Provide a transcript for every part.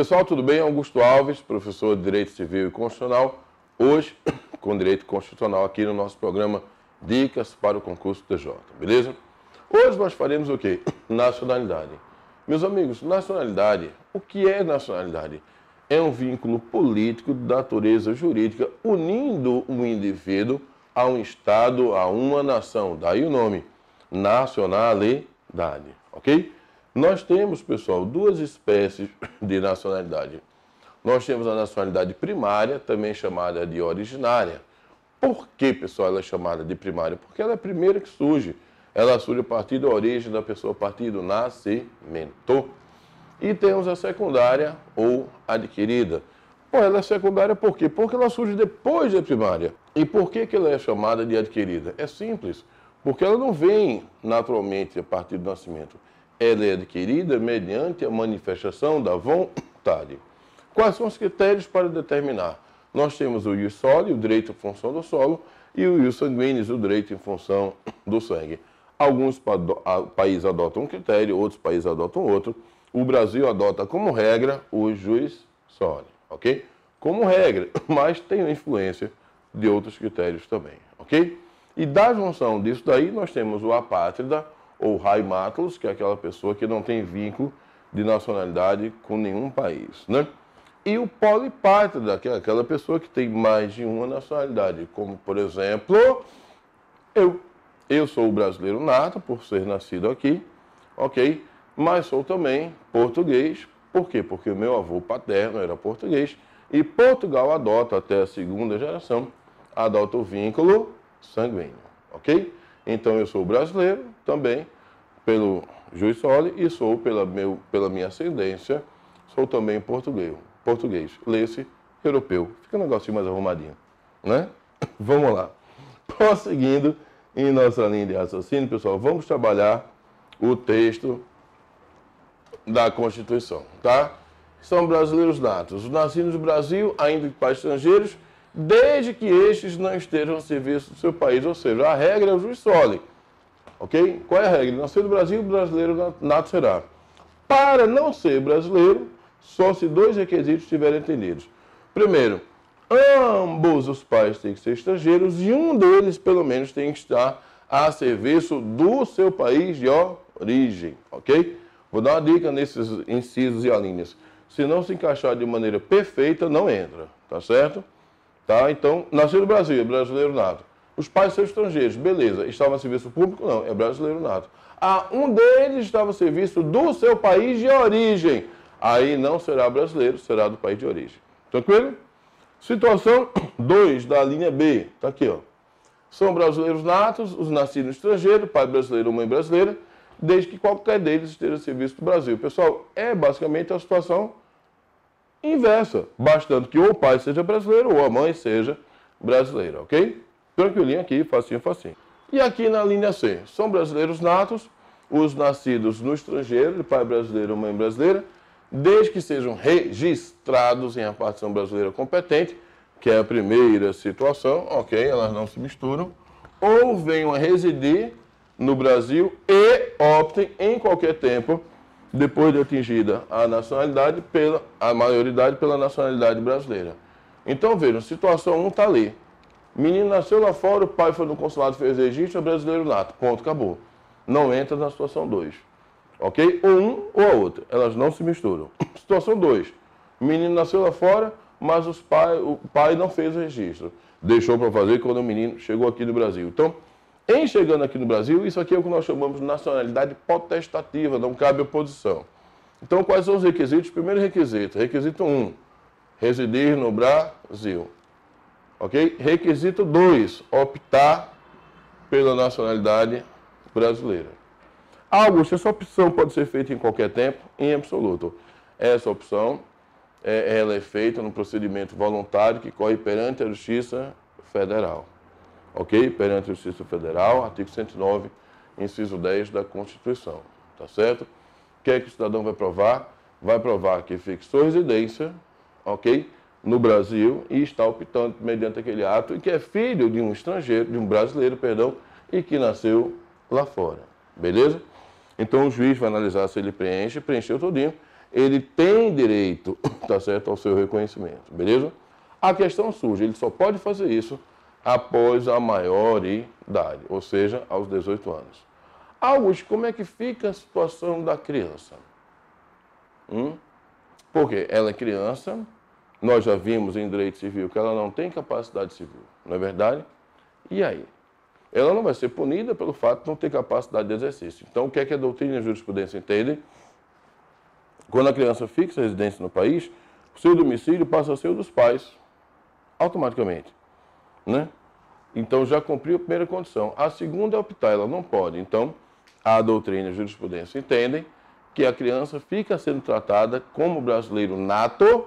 Pessoal, tudo bem? Augusto Alves, professor de Direito Civil e Constitucional, hoje com Direito Constitucional aqui no nosso programa Dicas para o Concurso TJ, beleza? Hoje nós faremos o quê? Nacionalidade. Meus amigos, nacionalidade, o que é nacionalidade? É um vínculo político de natureza jurídica unindo um indivíduo a um Estado, a uma nação. Daí o nome, nacionalidade, ok? Nós temos, pessoal, duas espécies de nacionalidade. Nós temos a nacionalidade primária, também chamada de originária. Por que, pessoal, ela é chamada de primária? Porque ela é a primeira que surge. Ela surge a partir da origem da pessoa, a partir do nascimento. E temos a secundária ou adquirida. Pô, ela é secundária por quê? Porque ela surge depois da primária. E por que ela é chamada de adquirida? É simples, porque ela não vem naturalmente a partir do nascimento. Ela é adquirida mediante a manifestação da vontade. Quais são os critérios para determinar? Nós temos o ius soli, o direito em função do solo, e o ius sanguinis, o direito em função do sangue. Alguns países adotam um critério, outros países adotam outro. O Brasil adota como regra o ius soli, ok? Como regra, mas tem influência de outros critérios também, ok? E da junção disso daí, nós temos o apátrida, ou haemátulos, que é aquela pessoa que não tem vínculo de nacionalidade com nenhum país, né? E o polipátrida, que é aquela pessoa que tem mais de uma nacionalidade, como, por exemplo, eu. Eu sou o brasileiro nato, por ser nascido aqui, ok? Mas sou também português. Por quê? Porque o meu avô paterno era português e Portugal adota, até a segunda geração, adota o vínculo sanguíneo, ok? Então eu sou brasileiro também pelo ius soli e sou pela minha ascendência, sou também português. Lê-se europeu. Fica um negocinho mais arrumadinho, né? Vamos lá. Prosseguindo em nossa linha de raciocínio, pessoal, vamos trabalhar o texto da Constituição, tá? São brasileiros natos, os nascidos no Brasil, ainda que para estrangeiros, desde que estes não estejam a serviço do seu país, ou seja, a regra é o ius soli, ok? Qual é a regra? Nascido no Brasil, o brasileiro nato será. Para não ser brasileiro, só se dois requisitos estiverem atendidos. Primeiro, ambos os pais têm que ser estrangeiros e um deles, pelo menos, tem que estar a serviço do seu país de origem, ok? Vou dar uma dica nesses incisos e alíneas. Se não se encaixar de maneira perfeita, não entra, tá certo? Tá? Então, nasceu no Brasil, é brasileiro nato. Os pais são estrangeiros, beleza. Estavam a serviço público? Não, é brasileiro nato. Ah, um deles estava a serviço do seu país de origem. Aí não será brasileiro, será do país de origem. Tranquilo? Situação 2 da linha B. Está aqui, ó. São brasileiros natos, os nascidos no estrangeiro, pai brasileiro ou mãe brasileira, desde que qualquer deles esteja a serviço do Brasil. Pessoal, é basicamente a situação inversa, bastando que ou o pai seja brasileiro ou a mãe seja brasileira, ok? Tranquilinho aqui, facinho, facinho. E aqui na linha C, são brasileiros natos, os nascidos no estrangeiro, de pai brasileiro ou mãe brasileira, desde que sejam registrados em repartição brasileira competente, que é a primeira situação, ok, elas não se misturam, ou venham a residir no Brasil e optem em qualquer tempo, depois de atingida a nacionalidade, a maioridade pela nacionalidade brasileira. Então vejam, situação 1 está ali. Menino nasceu lá fora, o pai foi no consulado, fez registro, é brasileiro nato. Ponto, acabou. Não entra na situação 2. Ok? Ou um ou a outra. Elas não se misturam. Situação 2. O menino nasceu lá fora, mas o pai não fez o registro. Deixou para fazer quando o menino chegou aqui no Brasil. Então, em chegando aqui no Brasil, isso aqui é o que nós chamamos de nacionalidade potestativa, não cabe oposição. Então, quais são os requisitos? Primeiro requisito. Requisito 1. Residir no Brasil. Ok? Requisito 2. Optar pela nacionalidade brasileira. Augusto, essa opção pode ser feita em qualquer tempo? Em absoluto. Essa opção, ela é feita no procedimento voluntário que corre perante a Justiça Federal. Ok? Perante a Justiça Federal, artigo 109, inciso 10 da Constituição. Tá certo? O que é que o cidadão vai provar? Vai provar que fixou residência, ok? No Brasil e está optando mediante aquele ato e que é filho de um estrangeiro, de um brasileiro, perdão, e que nasceu lá fora. Beleza? Então o juiz vai analisar se ele preencheu todinho. ele tem direito, tá certo, ao seu reconhecimento, beleza? A questão surge, ele só pode fazer isso após a maioridade, ou seja, aos 18 anos. Augusto, como é que fica a situação da criança? Porque ela é criança, nós já vimos em direito civil que ela não tem capacidade civil, não é verdade? E aí? Ela não vai ser punida pelo fato de não ter capacidade de exercício. Então, o que é que a doutrina e a jurisprudência entendem? Quando a criança fixa residência no país, o seu domicílio passa a ser o dos pais, automaticamente, né? Então, já cumpriu a primeira condição. A segunda é optar, ela não pode. Então, a doutrina e a jurisprudência entendem que a criança fica sendo tratada como brasileiro nato,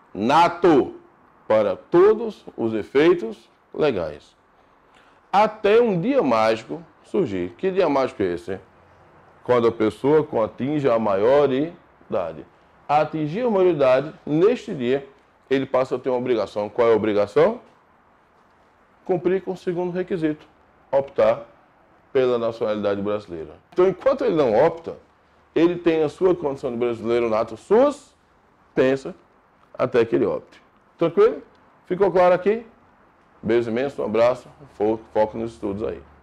para todos os efeitos legais. Até um dia mágico surgir. Que dia mágico é esse? Quando a pessoa atinge a maioridade. A atingir a maioridade, neste dia, ele passa a ter uma obrigação. Qual é a obrigação? Cumprir com o segundo requisito, optar pela nacionalidade brasileira. Então, enquanto ele não opta, ele tem a sua condição de brasileiro nato suspensa até que ele opte. Tranquilo? Ficou claro aqui? Beijo imenso, um abraço, foco nos estudos aí.